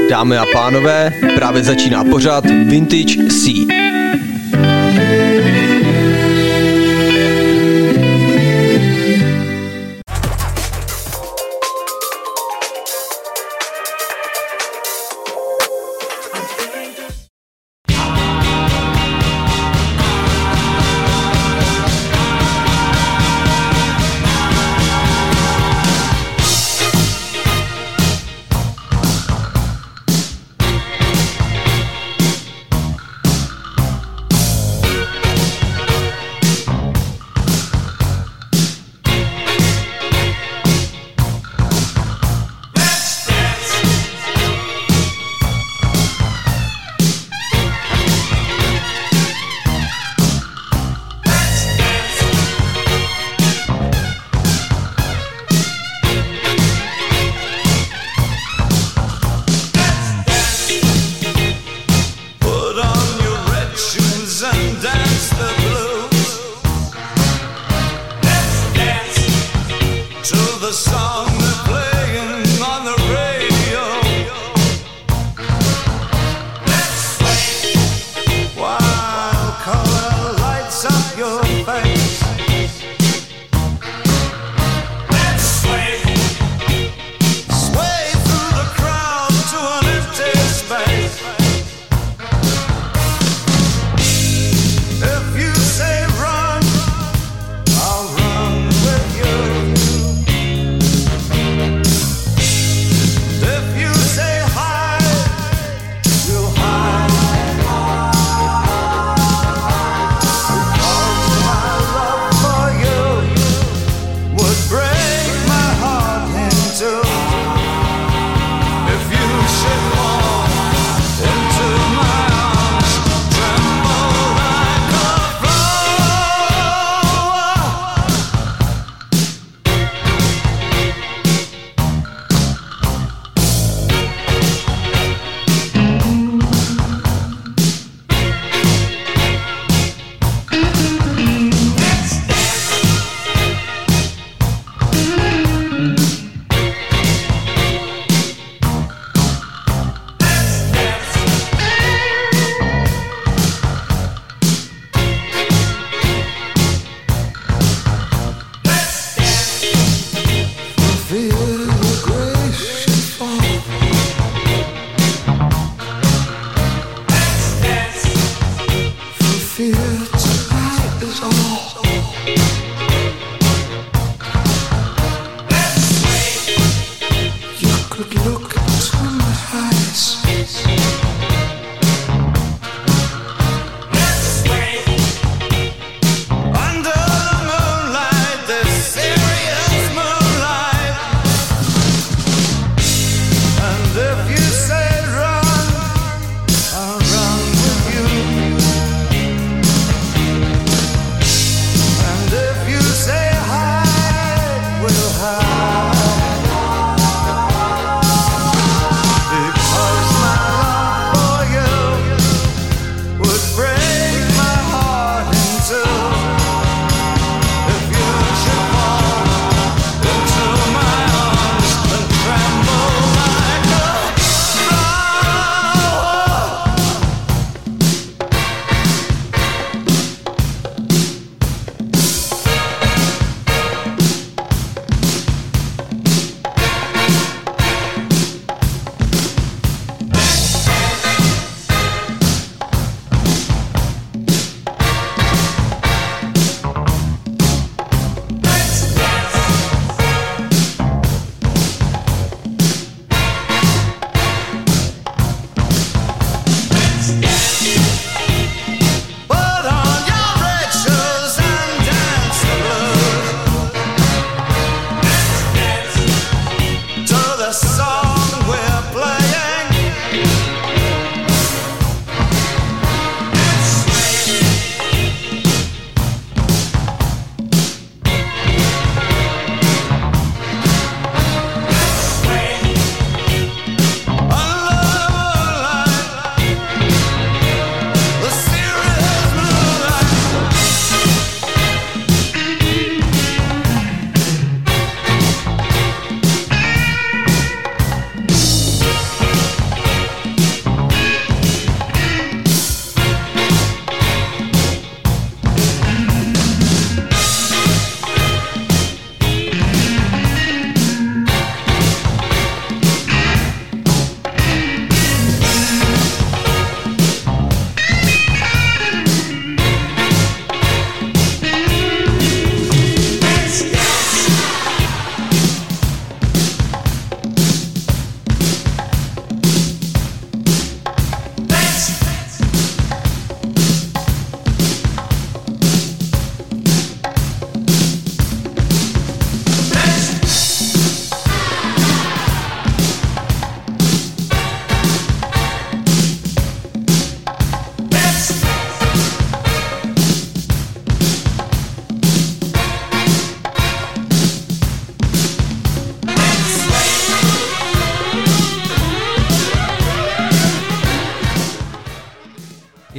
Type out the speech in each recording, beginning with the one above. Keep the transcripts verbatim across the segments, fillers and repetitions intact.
Dámy a pánové, právě začíná pořad Vintage C.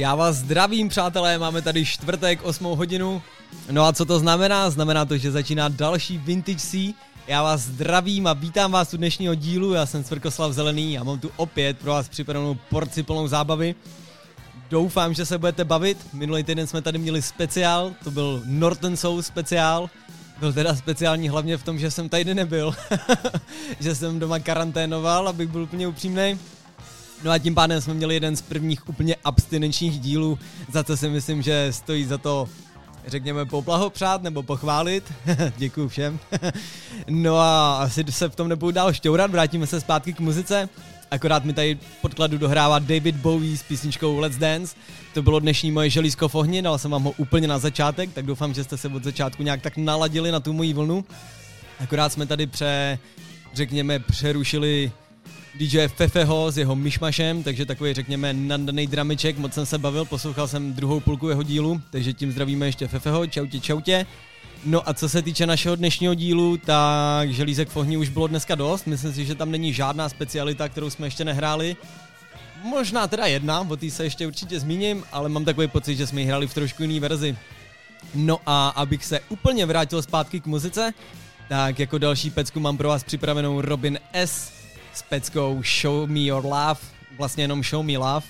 Já vás zdravím, přátelé, máme tady čtvrtek, osmou hodinu. No a co to znamená? Znamená to, že začíná další Vintage C. Já vás zdravím a vítám vás u dnešního dílu, já jsem Cvrkoslav Zelený a mám tu opět pro vás připravenou porci plnou zábavy. Doufám, že se budete bavit, minulý týden jsme tady měli speciál, to byl Norton Soul speciál. Byl teda speciální hlavně v tom, že jsem tady nebyl, že jsem doma karanténoval, abych byl úplně upřímnej. No a tím pádem jsme měli jeden z prvních úplně abstinenčních dílů, za co si myslím, že stojí za to, řekněme, poblahopřát nebo pochválit. Děkuju všem. No a asi se v tom nebudu dál šťourat, vrátíme se zpátky k muzice. Akorát mi tady podkladu dohrává David Bowie s písničkou Let's Dance. To bylo dnešní moje želízko v ohni, dal jsem vám ho úplně na začátek, tak doufám, že jste se od začátku nějak tak naladili na tu moji vlnu. Akorát jsme tady pře, řekněme, přerušili D J Fefeho s jeho myšmašem, takže takový, řekněme, nandanej drameček, moc jsem se bavil, poslouchal jsem druhou půlku jeho dílu, takže tím zdravíme ještě Fefeho, čautě, čautě. No a co se týče našeho dnešního dílu, tak želízek v ohni už bylo dneska dost, myslím si, že tam není žádná specialita, kterou jsme ještě nehráli. Možná teda jedna, o té se ještě určitě zmíním, ale mám takový pocit, že jsme ji hráli v trošku jiný verzi. No a abych se úplně vrátil zpátky k muzice, tak jako další pecku mám pro vás připravenou Robin S. s peckou Show Me Your Love, vlastně jenom Show Me Love.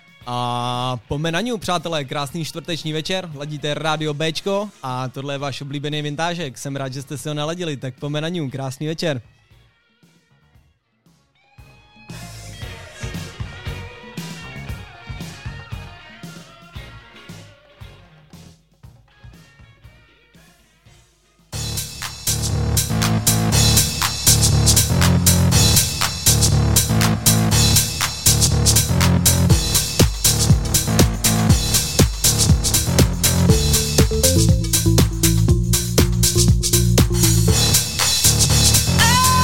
A po menaniu, přátelé, krásný čtvrteční večer, ladíte Rádio Bčko a tohle je váš oblíbený vintážek, jsem rád, že jste si ho naladili, tak po menaniu, krásný večer. Oh!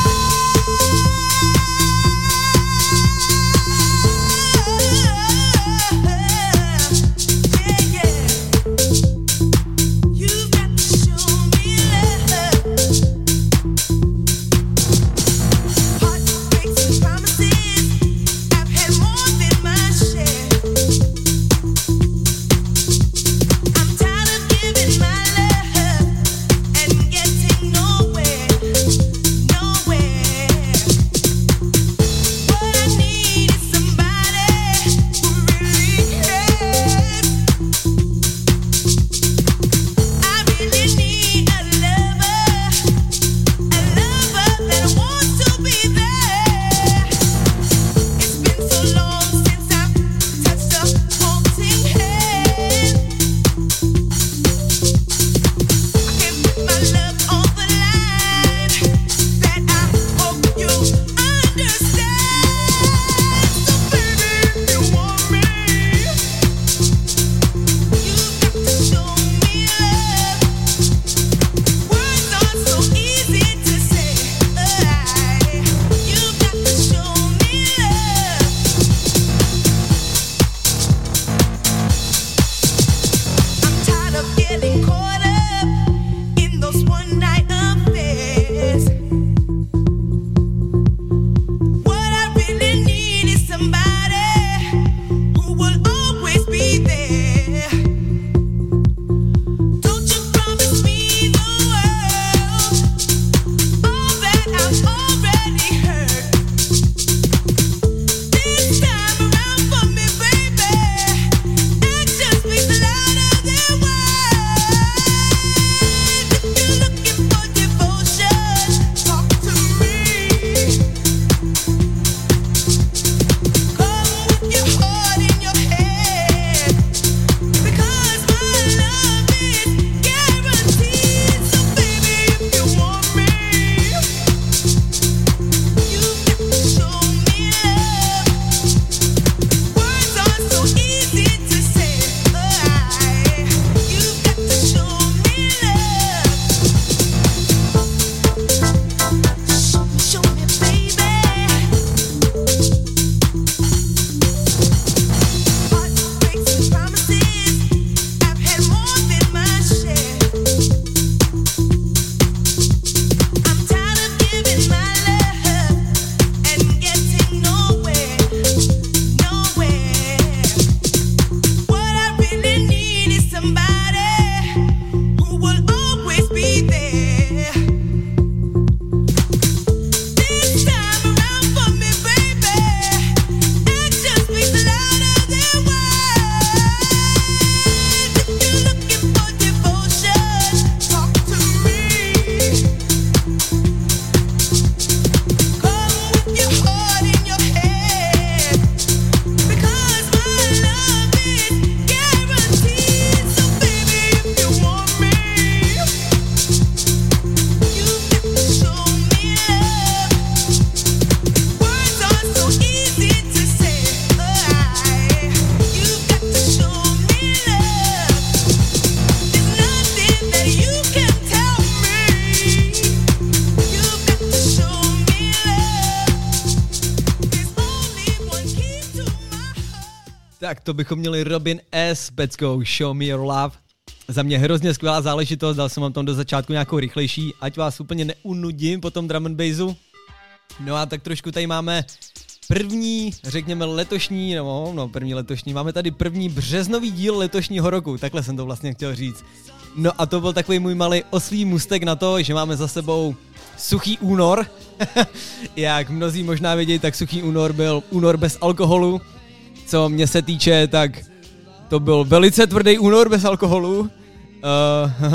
Tak to bychom měli Robin S. peckou Show Me Your Love. Za mě hrozně skvělá záležitost, dal jsem vám tam do začátku nějakou rychlejší, ať vás úplně neunudím po tom drum and bassu. No a tak trošku tady máme první, řekněme letošní, no, no první letošní, máme tady první březnový díl letošního roku, takhle jsem to vlastně chtěl říct. No a to byl takový můj malý oslý můstek na to, že máme za sebou suchý únor. Jak mnozí možná vědějí, tak suchý únor byl únor bez alkoholu. Co mě se týče, tak to byl velice tvrdý únor bez alkoholu. Uh,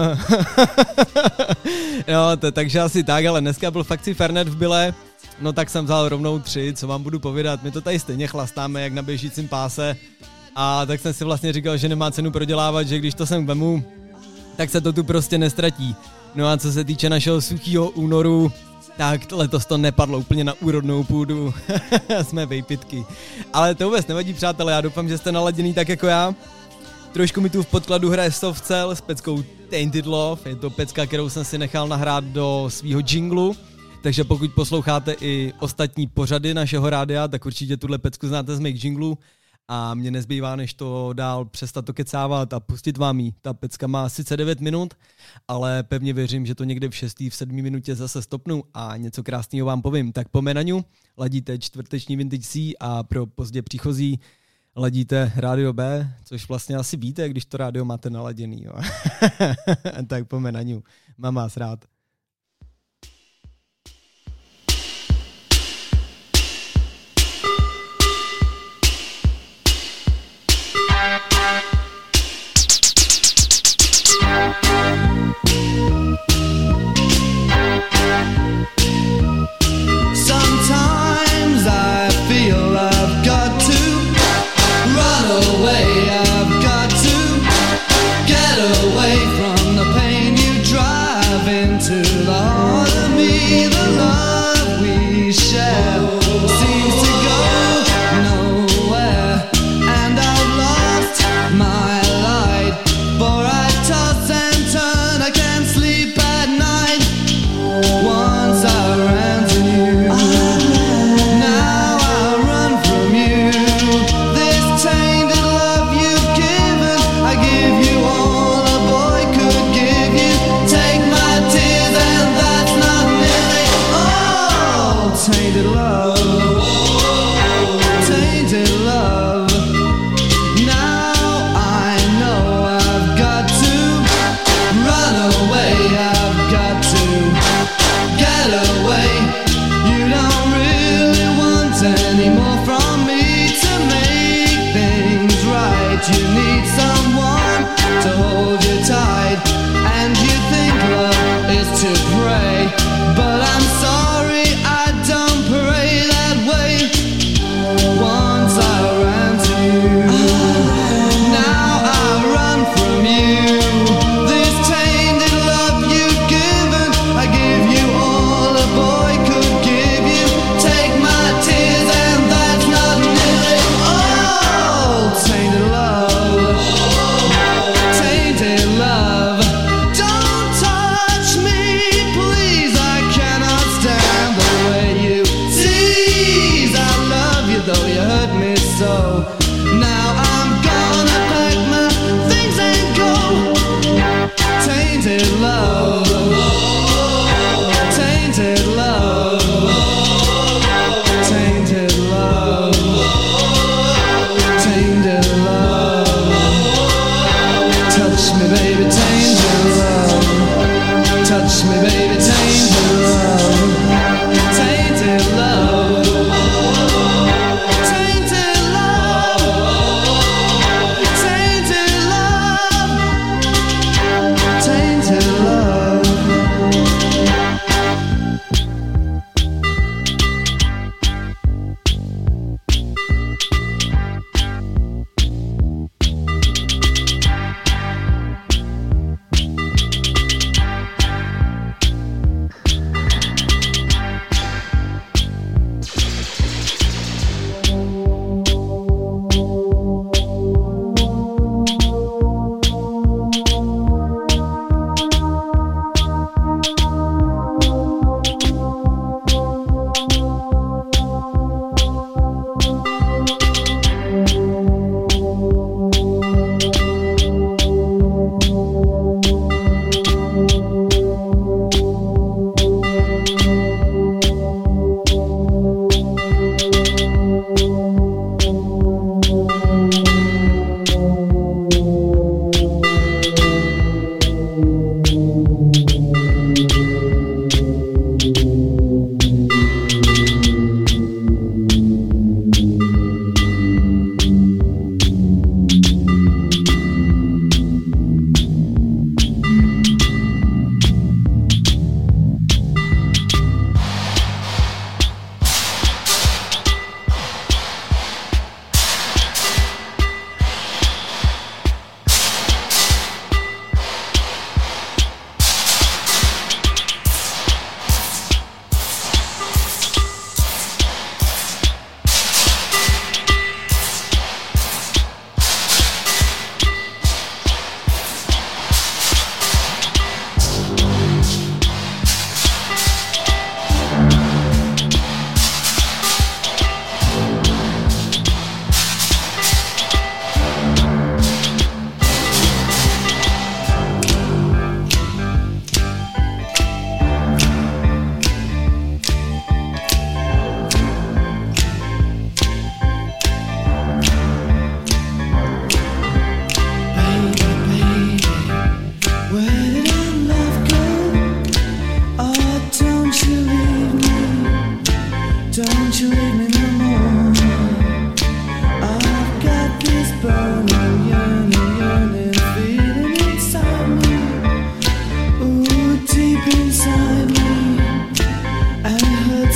no, to, takže asi tak, ale dneska byl fakt si Fernet v byle. No tak jsem vzal rovnou tři, co vám budu povídat. My to tady stejně chlastáme, jak na běžícím páse. A tak jsem si vlastně říkal, že nemá cenu prodělávat, že když to sem vemu, tak se to tu prostě nestratí. No a co se týče našeho suchýho únoru, tak letos to nepadlo úplně na úrodnou půdu. Jsme vejpitky. Ale to vůbec nevadí, přátelé, já doufám, že jste naladěný tak jako já. Trošku mi tu v podkladu hraje Soft Cell s peckou Tainted Love. Je to pecka, kterou jsem si nechal nahrát do svýho jinglu. Takže pokud posloucháte i ostatní pořady našeho rádia, tak určitě tuhle pecku znáte z mých jinglů. A mě nezbývá, než to dál přestat to kecávat a pustit vám ji. Ta pecka má sice devět minut, ale pevně věřím, že to někde v šestý, v sedmý minutě zase stopnu a něco krásného vám povím. Tak po Menaňu ladíte čtvrteční Vintage C a pro pozdě příchozí ladíte Rádio B, což vlastně asi víte, když to rádio máte naladěný. Jo. Tak po Menaňu. Mám vás rád. Seems to go nowhere, and I've lost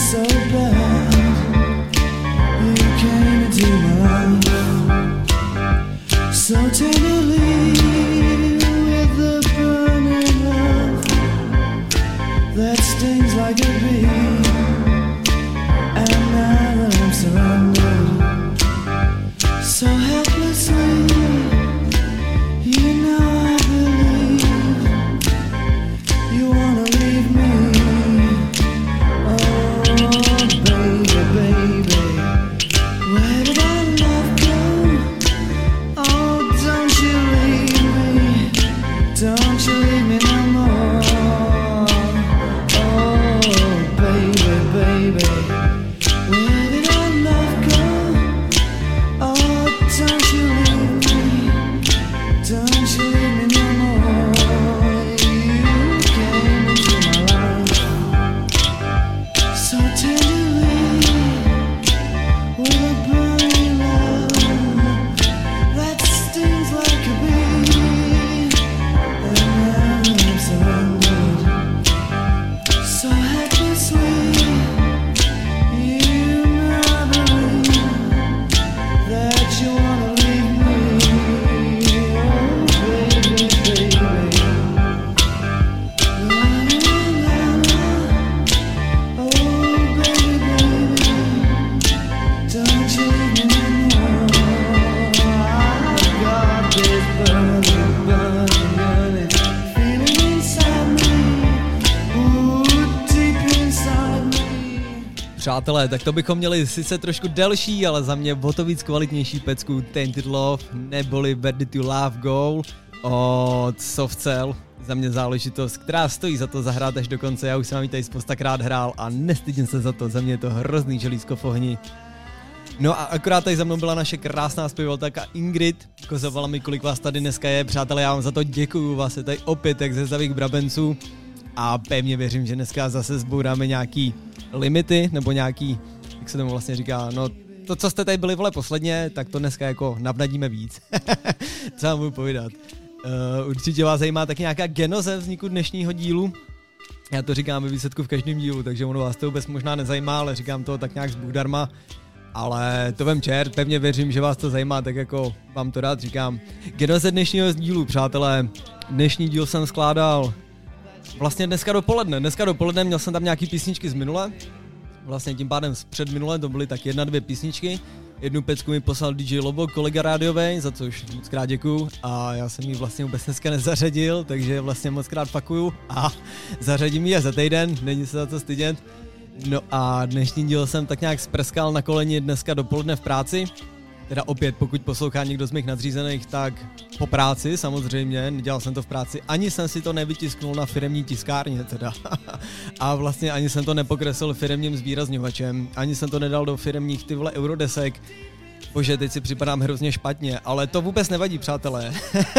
so bad. You came into my life so tenderly with the burning love that stings like a bee. And now that I'm surrounded so helplessly, you know I believe you wanna leave me. Oh baby, baby, where did our love go? Oh, don't you leave me, don't you leave me no more. Oh baby, baby, where did our love go? Oh, don't you leave me, don't you leave me no more. You came into my life so tenderly with a burning love that stings like a bee. And now I'm surrounded so helplessly. You know I believe that you wanna leave me. Oh baby, baby, la la la la. Oh baby, baby, don't you leave me no more. I've got this burning, burning, burning feeling inside me. Ooh, deep inside me. Přátelé, tak to bychom měli sice trošku delší, ale za mě o to víc kvalitnější pecku Tainted Love neboli Where Did You Love Go od Soft Cell. Za mě záležitost, která stojí za to zahrát až do konce. Já už jsem vám ji tady spoustakrát hrál a nestydím se za to, za mě je to hrozný želízko v ohni. No a akorát tady za mnou byla naše krásná zpěvatelka Ingrid, kozovala mi, kolik vás tady dneska je. Přátelé, já vám za to děkuju, vás je tady opět jak ze zdavých brabenců a pevně věřím, že dneska zase zbouráme nějaký limity, nebo nějaký, jak se tomu vlastně říká, no to, co jste tady byli vole posledně, tak to dneska jako navnadíme víc. Co vám budu povídat. Uh, určitě vás zajímá tak nějaká genoze vzniku dnešního dílu. Já to říkám ve výsledku v každém dílu, takže ono vás to vůbec možná nezajímá, ale říkám to tak nějak z Bůh darma. Ale to vem čert, pevně věřím, že vás to zajímá, tak jako vám to rád říkám. Genoze dnešního dílu, přátelé. Dnešní díl jsem skládal vlastně dneska dopoledne. Dneska dopoledne měl jsem tam nějaký písničky z minule. Vlastně tím pádem z před minule to byly tak jedna, dvě písničky. Jednu pecku mi poslal D J Lobo, kolega rádiovej, za což moc krát děkuju. A já jsem ji vlastně vůbec dneska nezařadil, takže vlastně moc krát fakuju. A zařadím ji za týden, není se za to stydět. No a dnešní díl jsem tak nějak sprskal na koleni dneska dopoledne v práci. Teda opět, pokud poslouchá někdo z mých nadřízených, tak po práci samozřejmě, nedělal jsem to v práci, ani jsem si to nevytisknul na firemní tiskárně teda. A vlastně ani jsem to nepokreslil firemním zvýrazňovačem, ani jsem to nedal do firemních ty vole eurodesek. Bože, teď si připadám hrozně špatně, ale to vůbec nevadí, přátelé.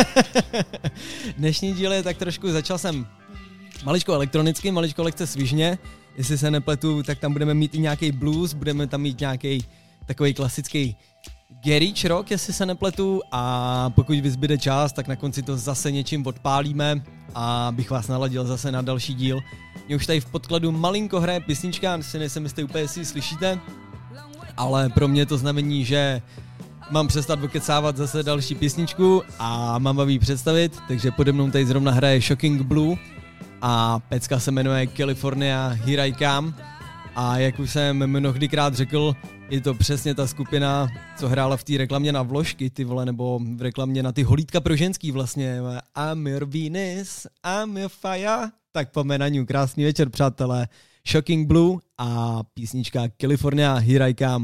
Dnešní díl je tak trošku, začal jsem maličko elektronicky, maličko lehce svižně. Jestli se nepletu, tak tam budeme mít i nějaký blues, budeme tam mít nějaký takový klasický garage rock, jestli se nepletu, a pokud vyzbyde čas, tak na konci to zase něčím odpálíme a bych vás naladil zase na další díl. Mě už tady v podkladu malinko hraje písnička, si nejsem jistý úplně, jestli ji slyšíte, ale pro mě to znamení, že mám přestat vykecávat zase další písničku a mám vám ji představit, takže pode mnou tady zrovna hraje Shocking Blue a pecka se jmenuje California Here I Come. A jak už jsem mnohdykrát řekl, je to přesně ta skupina, co hrála v té reklamě na vložky, ty vole, nebo v reklamě na ty holítka pro ženský vlastně. I'm your Venus, I'm your fire. Tak pojďme na ní, krásný večer, přátelé. Shocking Blue a písnička California Here I Come.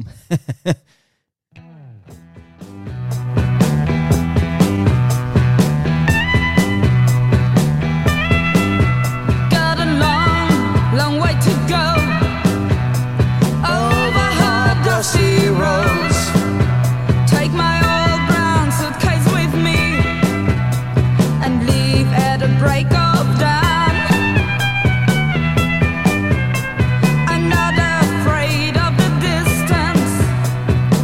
Got a long, long way to go over hard, dusty roads. Take my old brown suitcase with me and leave at a break of dawn. I'm not afraid of the distance.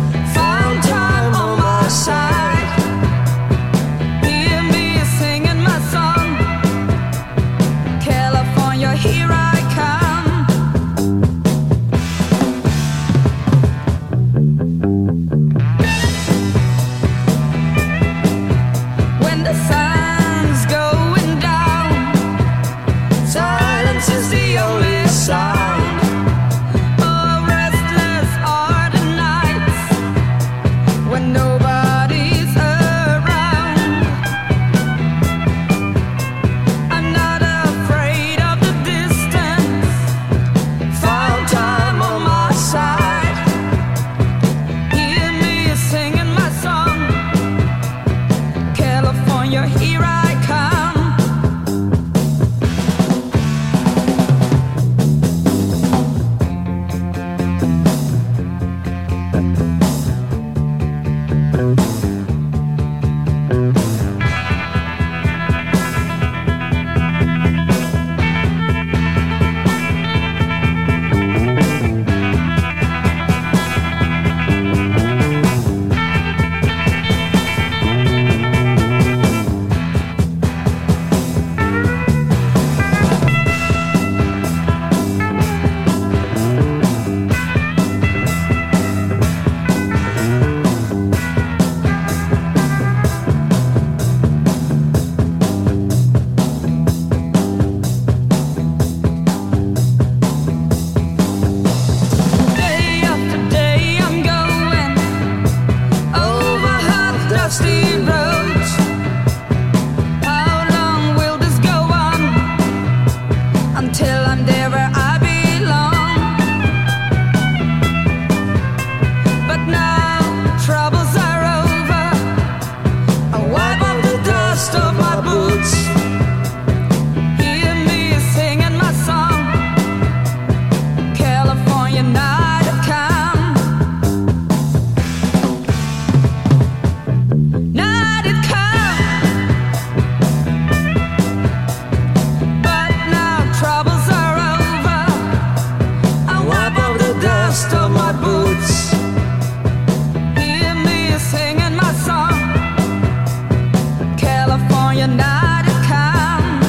you're not to come.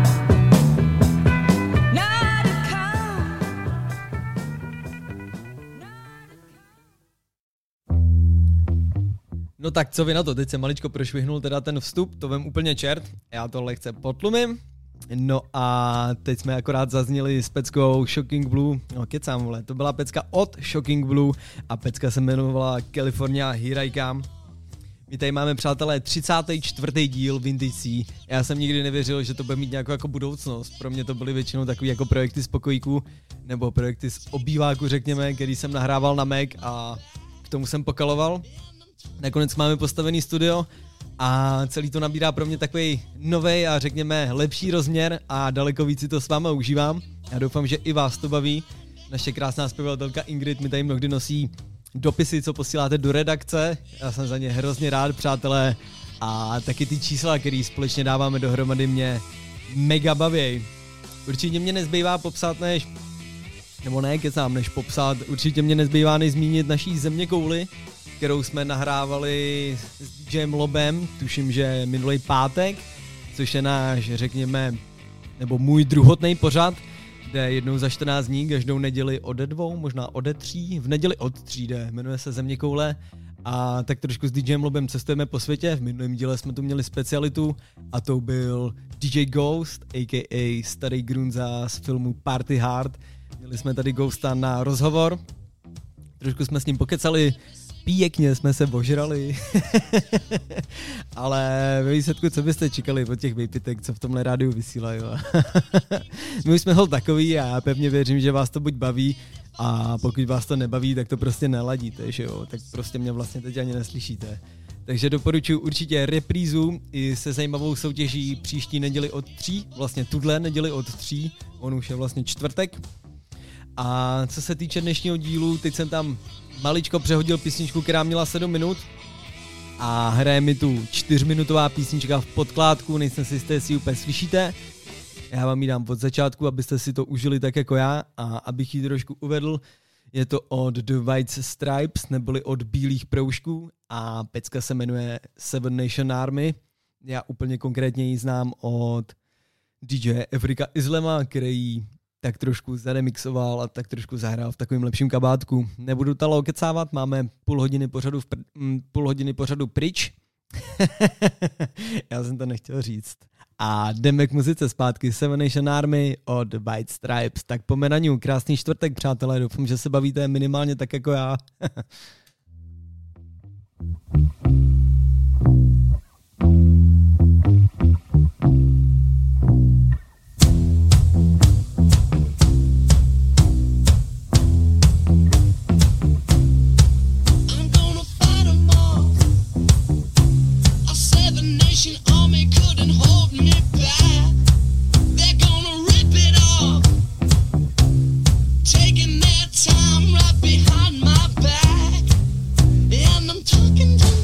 Not to come. No tak co vy na to, teď jsem maličko prošvihnul teda ten vstup, to vem úplně čert, já to lehce potlumím. No a teď jsme akorát zazněli s peckou Shocking Blue, no kecám vole, to byla pecka od Shocking Blue a pecka se jmenovala California Here I Come. My tady máme, přátelé, třicátý čtvrtý díl Vintage C. Já jsem nikdy nevěřil, že to bude mít nějakou jako budoucnost. Pro mě to byly většinou takový jako projekty z pokojíku, nebo projekty z obýváku, řekněme, který jsem nahrával na Mac a k tomu jsem pokaloval. Nakonec máme postavený studio a celý to nabírá pro mě takový novej a řekněme lepší rozměr a daleko víc si to s váma užívám. Já doufám, že i vás to baví. Naše krásná zpěvatelka Ingrid mi tady mnohdy nosí dopisy, co posíláte do redakce. Já jsem za ně hrozně rád, přátelé. A taky ty čísla, které společně dáváme dohromady, mě mega baví. Určitě mě nezbývá popsat než, nebo ne, kecám, než popsat, určitě mě nezbývá než zmínit naší zeměkouli, kterou jsme nahrávali s DJem Lobem, tuším, že minulý pátek, což je náš, řekněme, nebo můj druhotný pořad, kde jednou za čtrnáct dní, každou neděli ode dvou, možná ode tří, v neděli od tří jde, jmenuje se Zeměkoule a tak trošku s DJem Lobem cestujeme po světě. V minulém díle jsme tu měli specialitu a to byl D J Ghost, a k a starý Grunza z filmu Party Hard. Měli jsme tady Ghosta na rozhovor, trošku jsme s ním pokecali, pěkně jsme se ožrali, ale ve výsledku, co byste čekali od těch vejpitek, co v tomhle rádiu vysílají. My už jsme hol takový a já pevně věřím, že vás to buď baví a pokud vás to nebaví, tak to prostě neladíte, že jo, tak prostě mě vlastně teď ani neslyšíte. Takže doporučuji určitě reprízu i se zajímavou soutěží příští neděli od tří, vlastně tuhle neděli od tří, on už je vlastně čtvrtek. A co se týče dnešního dílu, teď jsem tam maličko přehodil písničku, která měla sedm minut a hraje mi tu čtyřminutová písnička v podkládku, nejsem si jistý, jestli ji úplně slyšíte. Já vám ji dám od začátku, abyste si to užili tak jako já a abych ji trošku uvedl, je to od The White Stripes, neboli od Bílých proužků a pecka se jmenuje Seven Nation Army. Já úplně konkrétně ji znám od D J Afrika Islama, který tak trošku zaremixoval a tak trošku zahrál v takovým lepším kabátku. Nebudu talo kecávat, máme půl hodiny pořadu, v pr- m, půl hodiny pořadu pryč. Já jsem to nechtěl říct. A jdeme k muzice zpátky. Seven Nation Army od White Stripes. Tak po menaniu, krásný čtvrtek, přátelé, doufám, že se bavíte minimálně tak jako já. Taking their time right behind my back, and I'm talking to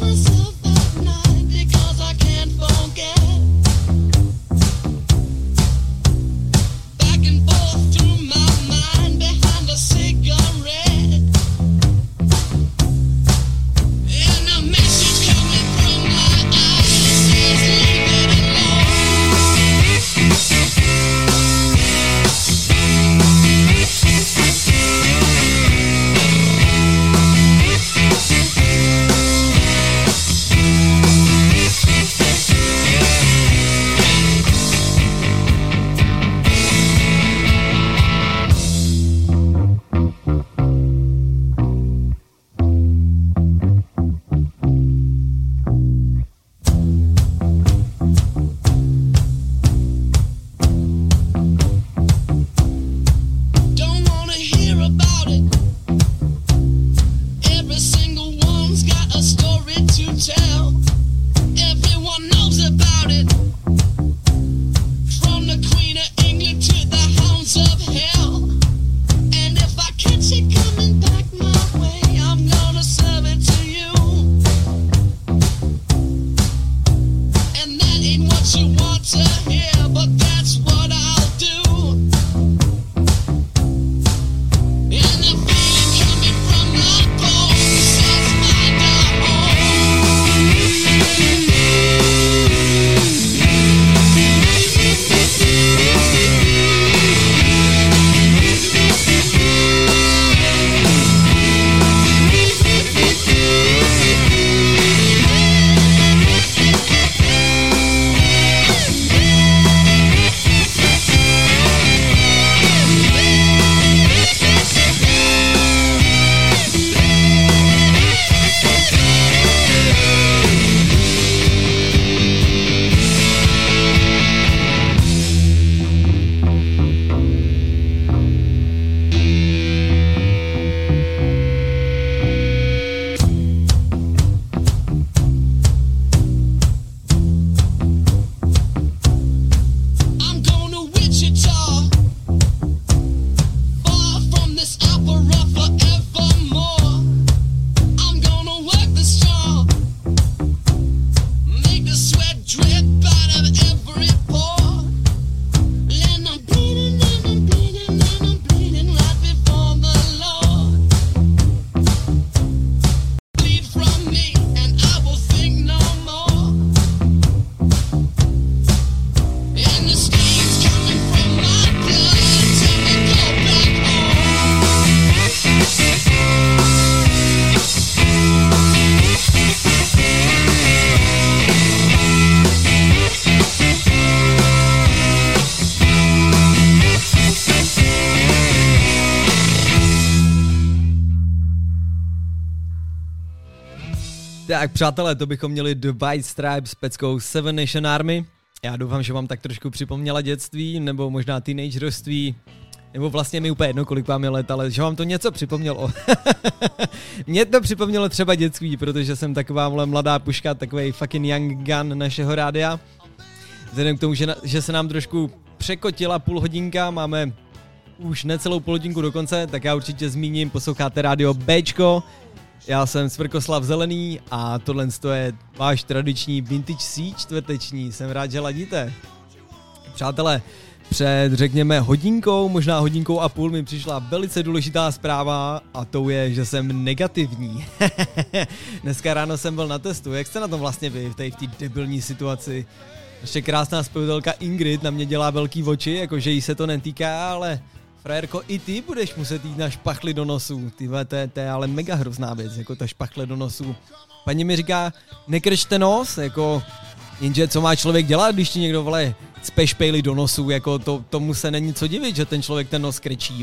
Tak přátelé, to bychom měli The White Stripes s peckou Seven Nation Army. Já doufám, že vám tak trošku připomněla dětství, nebo možná teenagerství, nebo vlastně mi úplně jedno, kolik vám je let, ale že vám to něco připomnělo. Mně to připomnělo třeba dětství, protože jsem taková vole mladá puška, takovej fucking young gun našeho rádia. Vzhledem k tomu, že, na, že se nám trošku překotila půl hodinka, máme už necelou půl hodinku do konce, tak já určitě zmíním, posloucháte rádio Bčko. Já jsem Cvrkoslav Zelený a tohle je váš tradiční Vintage C čtvrteční, jsem rád, že ladíte. Přátelé, před řekněme hodinkou, možná hodinkou a půl mi přišla velice důležitá zpráva a to je, že jsem negativní. Dneska ráno jsem byl na testu, jak jste na tom vlastně vy v té, v té debilní situaci? Ještě krásná spojitelka Ingrid na mě dělá velký oči, jakože jí se to netýká, ale frajerko, i ty budeš muset jít na špachly do nosu. Tyhle, to, to je ale mega hrozná věc, jako ta špachle do nosu. Paní mi říká, nekrčte nos, jako, jenže co má člověk dělat, když ti někdo vole cpe špejly do nosu, jako to, tomu se není co divit, že ten člověk ten nos krčí.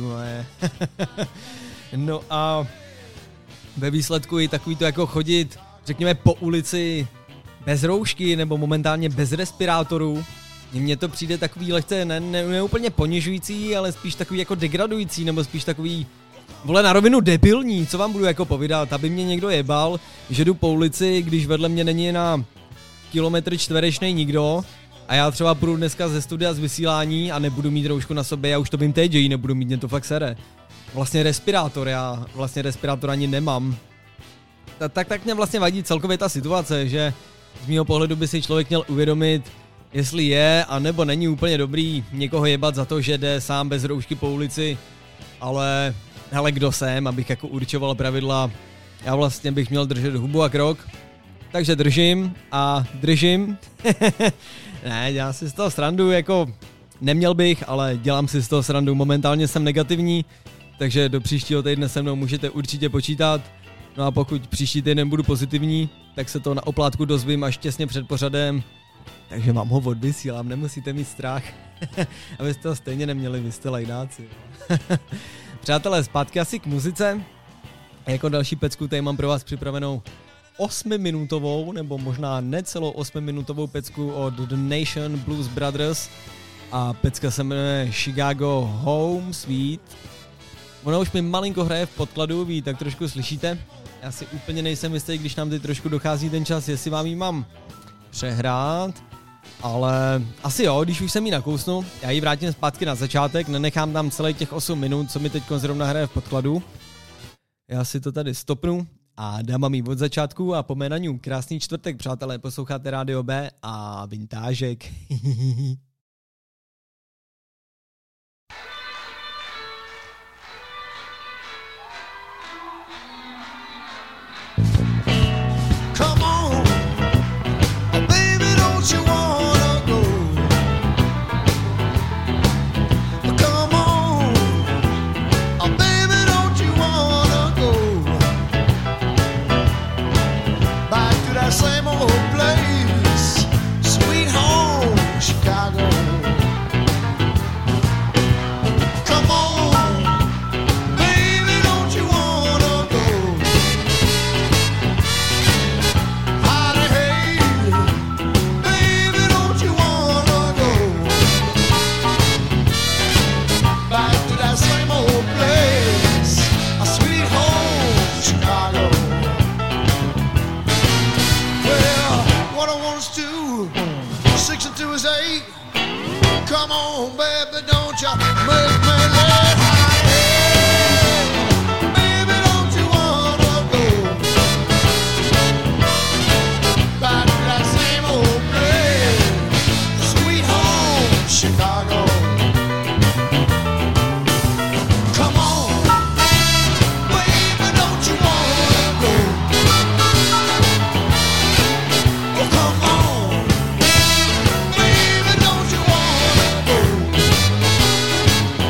No a ve výsledku i takový to jako chodit, řekněme po ulici bez roušky nebo momentálně bez respirátorů. Mně to přijde takový lehce, ne, ne, ne úplně ponižující, ale spíš takový jako degradující, nebo spíš takový, vole, na rovinu debilní, co vám budu jako povídat, aby mě někdo jebal, že jdu po ulici, když vedle mě není na kilometr čtverečnej nikdo a já třeba půjdu dneska ze studia z vysílání a nebudu mít roušku na sobě, já už to vím teď, že ji nebudu mít, mě to fakt sere. Vlastně respirátor, já vlastně respirátor ani nemám. Ta, tak, tak mě vlastně vadí celkově ta situace, že z mýho pohledu by si člověk měl uvědomit, jestli je a nebo není úplně dobrý někoho jebat za to, že jde sám bez roušky po ulici, ale hele, kdo jsem, abych jako určoval pravidla, já vlastně bych měl držet hubu a krok, takže držím a držím, ne, dělám si z toho srandu, jako neměl bych, ale dělám si z toho srandu, momentálně jsem negativní, takže do příštího týdne se mnou můžete určitě počítat, no a pokud příští týden budu pozitivní, tak se to na oplátku dozvím až těsně před pořadem. Takže vám ho odvysílám, nemusíte mít strach. A vy jste ho stejně neměli, vy jste lajdáci. Přátelé, zpátky asi k muzice. Jako další pecku tady mám pro vás připravenou osmiminutovou, nebo možná necelou osmiminutovou pecku od The Nation Blues Brothers. A pecka se jmenuje Chicago Home Sweet. Ona už mi malinko hraje v podkladu, vy tak trošku slyšíte. Já si úplně nejsem jistý, když nám teď trošku dochází ten čas, jestli vám ji mám přehrát. Ale asi jo, když už jsem ji nakousnu, já ji vrátím zpátky na začátek, nenechám tam celých těch osm minut, co mi teď zrovna hraje v podkladu. Já si to tady stopnu a dám vám ji od začátku a po jménaniu krásný čtvrtek, přátelé, posloucháte Rádio B a Vintážek. You wanna go? Come on, oh baby, don't you wanna go back to that same old place, sweet home, Chicago? Come on, baby, don't you wanna go? Howdy, hey. Come on, baby, don't you make me laugh. Hey, baby, don't you wanna go back to that same old place, sweet home, Chicago? Come on, baby, don't you wanna go? Oh, come on, baby, don't you wanna go?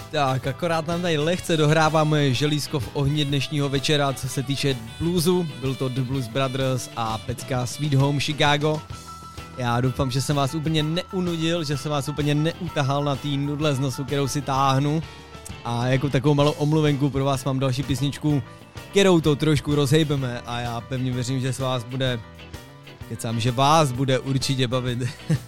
Tak, akorát nám tady lehce dohráváme želízko v ohni dnešního večera, co se týče bluesu. Byl to The Blues Brothers a pecka Sweet Home Chicago. Já doufám, že jsem vás úplně neunudil, že jsem vás úplně neutahal na tý nudle z nosu, kterou si táhnu. A jako takovou malou omluvenku pro vás mám další písničku, kterou to trošku rozhejbeme a já pevně věřím, že se vás bude, kecám, že vás bude určitě bavit.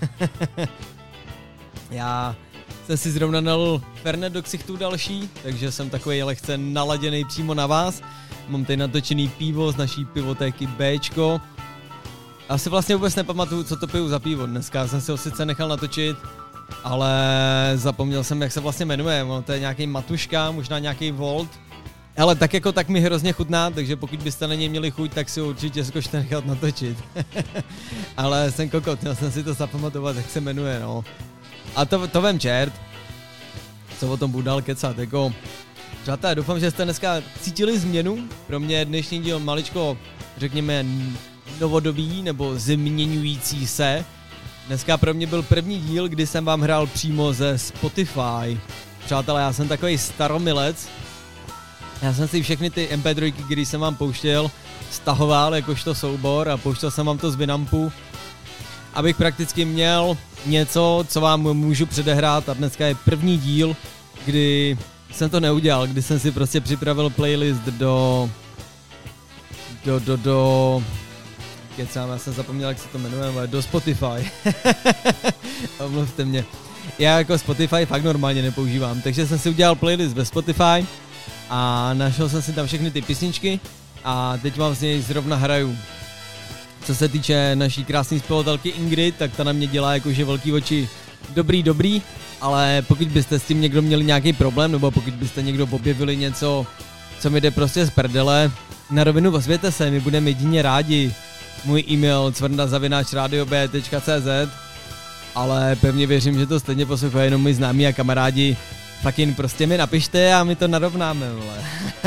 Já jsem si zrovna nalil Fernet do ksichtů další, takže jsem takový lehce naladěný přímo na vás. Mám tady natočený pivo z naší pivotéky Bčko. Já si vlastně vůbec nepamatuju, co to piju za pivo dneska, jsem si ho sice nechal natočit, ale zapomněl jsem, jak se vlastně jmenuje, ono to je nějaký Matuška, možná nějaký Volt. Ale tak jako tak mi hrozně chutná, takže pokud byste na něj měli chuť, tak si ho určitě zkušte nechat natočit. Ale jsem kokot, měl jsem si to zapamatovat, jak se jmenuje, no. A to, to vem čert, co o tom budu dál kecat, jako... Přátelé, doufám, že jste dneska cítili změnu, pro mě dnešní díl maličko, řekněme, novodobý nebo změňující se. Dneska pro mě byl první díl, kdy jsem vám hrál přímo ze Spotify. Přátelé, já jsem takový staromilec. Já jsem si všechny ty em pé tři, které jsem vám pouštěl, stahoval jakožto soubor a pouštěl jsem vám to z Winampu, abych prakticky měl něco, co vám můžu předehrát, a dneska je první díl, kdy jsem to neudělal, kdy jsem si prostě připravil playlist do... do, do, do... Kecám, já jsem zapomněl, jak se to jmenuje, ale do Spotify. Omluvte mě. Já jako Spotify fakt normálně nepoužívám, takže jsem si udělal playlist ve Spotify a našel jsem si tam všechny ty písničky a teď vám z něj zrovna hraju. Co se týče naší krásné zpěvatelky Ingrid, tak ta na mě dělá jakože velký oči dobrý, dobrý, ale pokud byste s tím někdo měli nějaký problém, nebo pokud byste někdo objevili něco, co mi jde prostě z prdele, na rovinu ozvěte se, my budeme jedině rádi. Můj e-mail cvrnda zavináč radio b tečka cé zet, ale pevně věřím, že to stejně poslouchají jenom my známí a kamarádi. Fakt jen prostě mi napište a my to narovnáme, vole.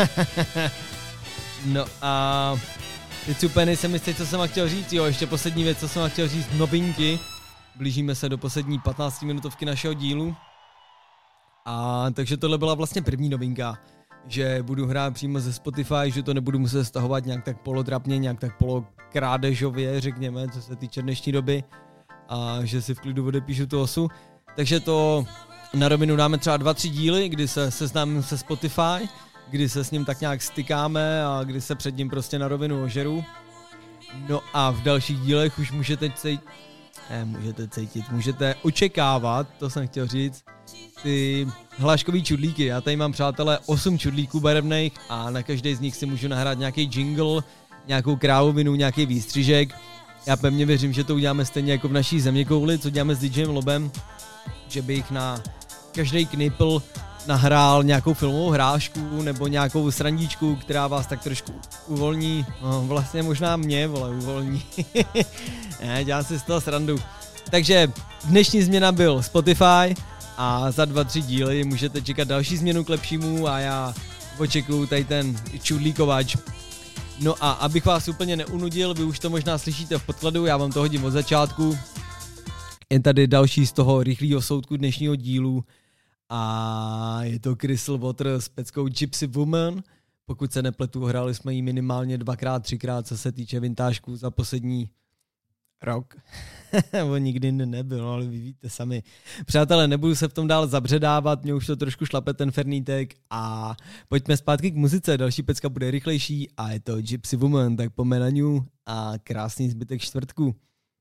No a teď si úplně nejsem jistý, co jsem vám chtěl říct, jo, ještě poslední věc, co jsem vám chtěl říct, novinky. Blížíme se do poslední patnáctiminutovky našeho dílu. A takže tohle byla vlastně první novinka, že budu hrát přímo ze Spotify, že to nebudu muset stahovat nějak tak polotrapně, nějak tak polokrádežově, řekněme, co se týče dnešní doby, a že si v klidu odepíšu tu osu. Takže to na rovinu dáme třeba dva, tři díly, kdy se seznámím se Spotify, kdy se s ním tak nějak stykáme a kdy se před ním prostě na rovinu ožeru. No a v dalších dílech už můžete cítit, ne, můžete cítit, můžete očekávat, to jsem chtěl říct, ty hláškový čudlíky. Já tady mám, přátelé, osm čudlíků barevných a na každý z nich si můžu nahrát nějaký jingle, nějakou krávovinu, nějaký výstřižek. Já pevně věřím, že to uděláme stejně jako v naší zeměkouli, co děláme s DJem Lobem, že bych na každý knipl nahrál nějakou filmovou hrášku nebo nějakou srandičku, která vás tak trošku uvolní, no, vlastně možná mě, vole, uvolní. Ne, dělám si z toho srandu. Takže dnešní změna byl Spotify a za dva, tři díly můžete čekat další změnu k lepšímu a já očekuju tady ten čudlíkovač. No a abych vás úplně neunudil, vy už to možná slyšíte v podkladu, já vám to hodím od začátku. Je tady další z toho rychlého soudku dnešního dílu a je to Crystal Water s peckou Gypsy Woman. Pokud se nepletu, hráli jsme ji minimálně dvakrát, třikrát, co se týče vintážků za poslední rok. On nikdy nebyl, ale vy víte sami. Přátelé, nebudu se v tom dál zabředávat, mě už to trošku šlape ten fernítek a pojďme zpátky k muzice, další pecka bude rychlejší a je to Gypsy Woman, tak po menaniu a krásný zbytek čtvrtku.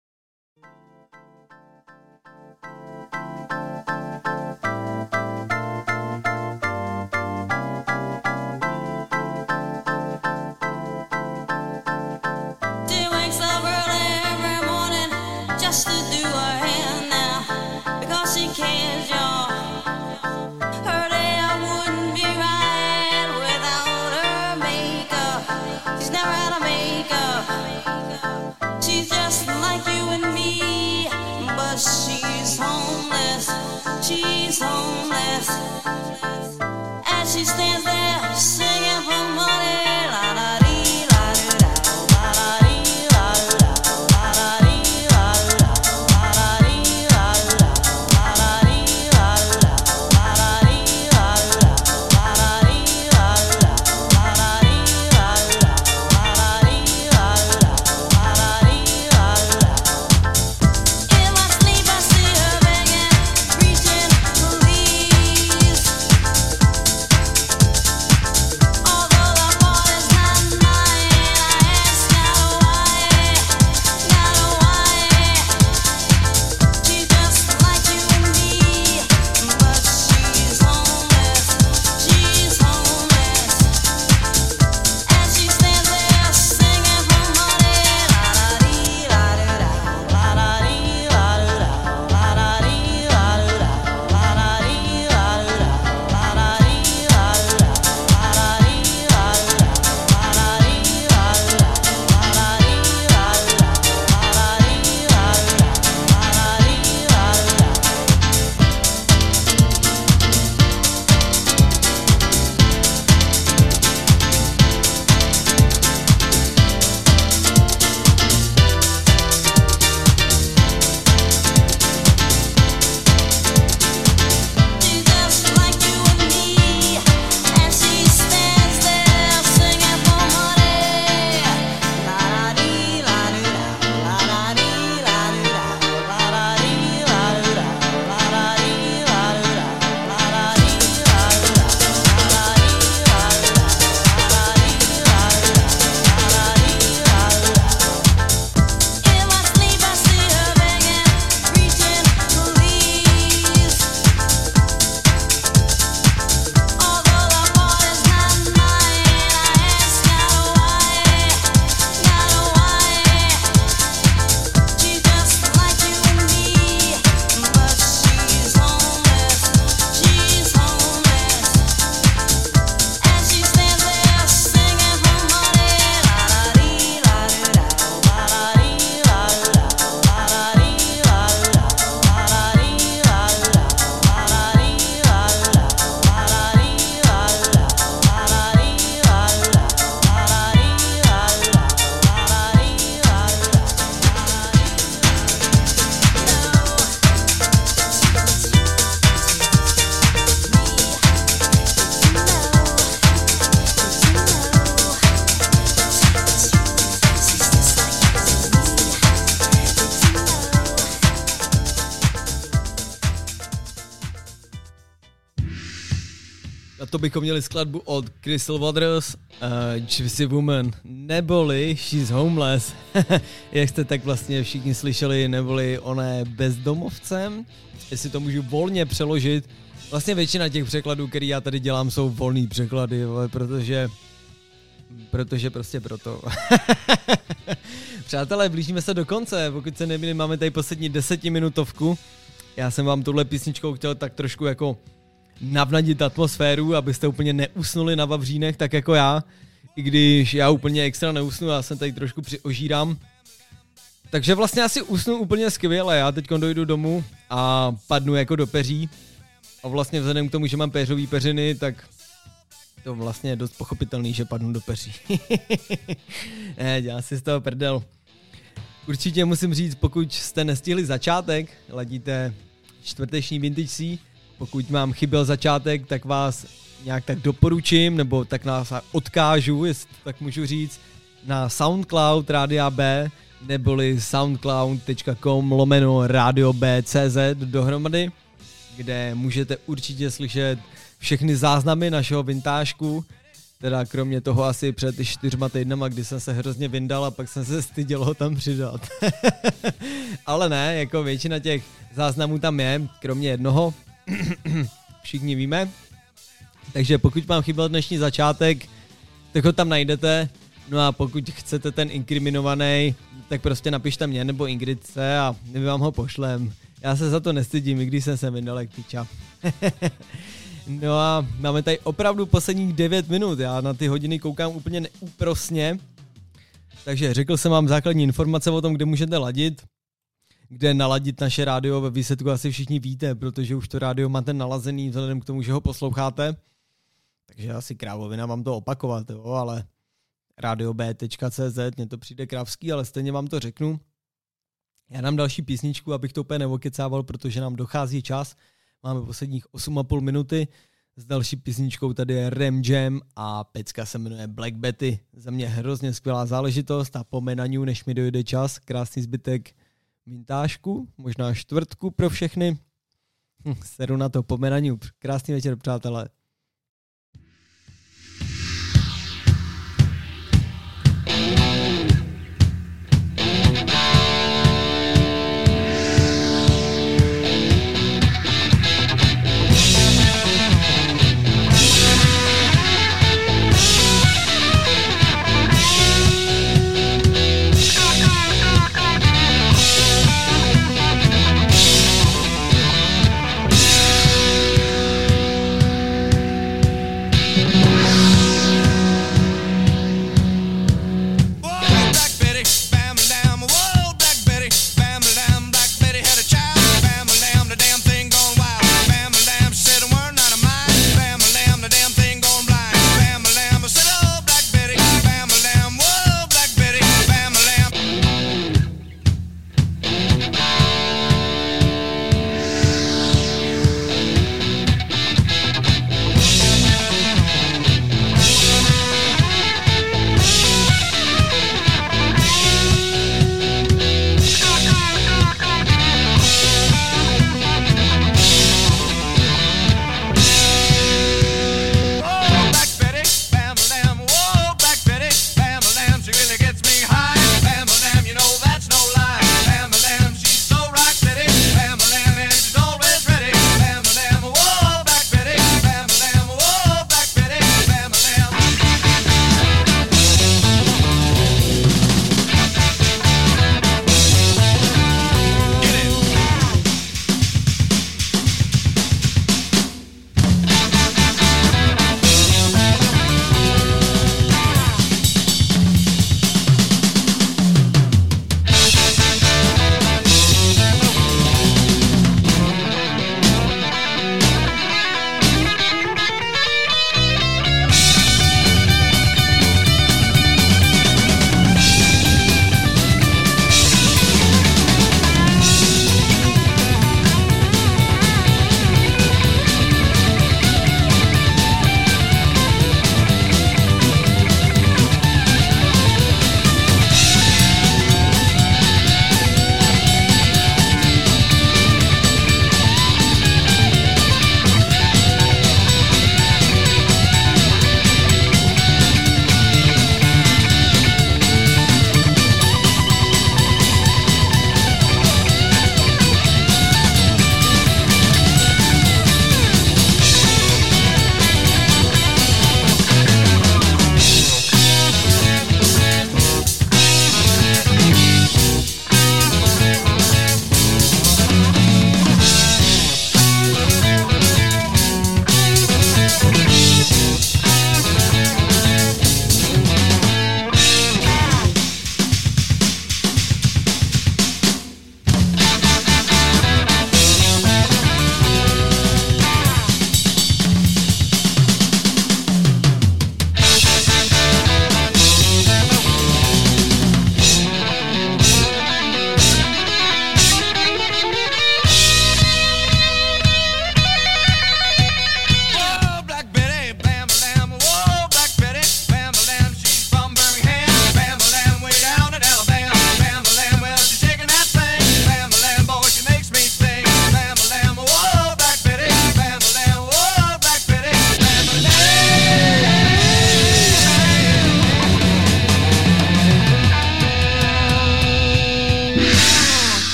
She's homeless, and she stands there singing for money. La la dee, la doo da, la la dee, la doo da, la la dee, la doo da, la la dee, la doo da, la la dee, la doo da, la la dee, la Na to bychom měli skladbu od Crystal Waters, uh, Gypsy Woman, neboli She's Homeless, jak jste tak vlastně všichni slyšeli, neboli ona je bezdomovcem, jestli to můžu volně přeložit. Vlastně většina těch překladů, který já tady dělám, jsou volný překlady, ale protože, protože prostě proto. Přátelé, blížíme se do konce, pokud se neměli, máme tady poslední desetiminutovku. Já jsem vám touhle písničkou chtěl tak trošku jako navnadit atmosféru, abyste úplně neusnuli na vavřínech, tak jako já. I když já úplně extra neusnu, já jsem tady trošku přiožírám. Takže vlastně asi usnu úplně skvěle, já teď dojdu domů a padnu jako do peří. A vlastně vzhledem k tomu, že mám péřový peřiny, tak to vlastně je dost pochopitelný, že padnu do peří. Ne, dělám si z toho prdel. Určitě musím říct, pokud jste nestihli začátek, ladíte čtvrteční Vintage C, pokud vám chyběl začátek, tak vás nějak tak doporučím, nebo tak nás odkážu, jestli tak můžu říct, na SoundCloud Rádia B, neboli soundcloud.com lomeno Radio B C Z dohromady, kde můžete určitě slyšet všechny záznamy našeho vintážku, teda kromě toho asi před čtyřma týdnama, kdy jsem se hrozně vyndal a pak jsem se styděl ho tam přidat. Ale ne, jako většina těch záznamů tam je, kromě jednoho, všichni víme. Takže pokud vám chyběl dnešní začátek, tak ho tam najdete. No a pokud chcete ten inkriminovaný, tak prostě napište mě nebo Ingridce a my vám ho pošlem. Já se za to nestydím, i když jsem se vyndal jak piča. No a máme tady opravdu posledních devět minut, já na ty hodiny koukám úplně neúprosně. Takže řekl jsem vám základní informace o tom, kde můžete ladit. Kde naladit naše rádio, ve výsledku asi všichni víte, protože už to rádio máte nalazený vzhledem k tomu, že ho posloucháte. Takže asi krávovina vám to opakovat, jo, ale radio b tečka c z, mně to přijde krávský, ale stejně vám to řeknu. Já dám další písničku, abych to úplně nevokecával, protože nám dochází čas. Máme posledních osm a půl minuty. S další písničkou tady je Ram Jam a pecka se jmenuje Black Betty. Za mě hrozně skvělá záležitost a po menaniu, než mi dojde čas, krásný zbytek vintážku, možná čtvrtku pro všechny. Hm, seru na to po menaniu. Krásný večer, přátelé.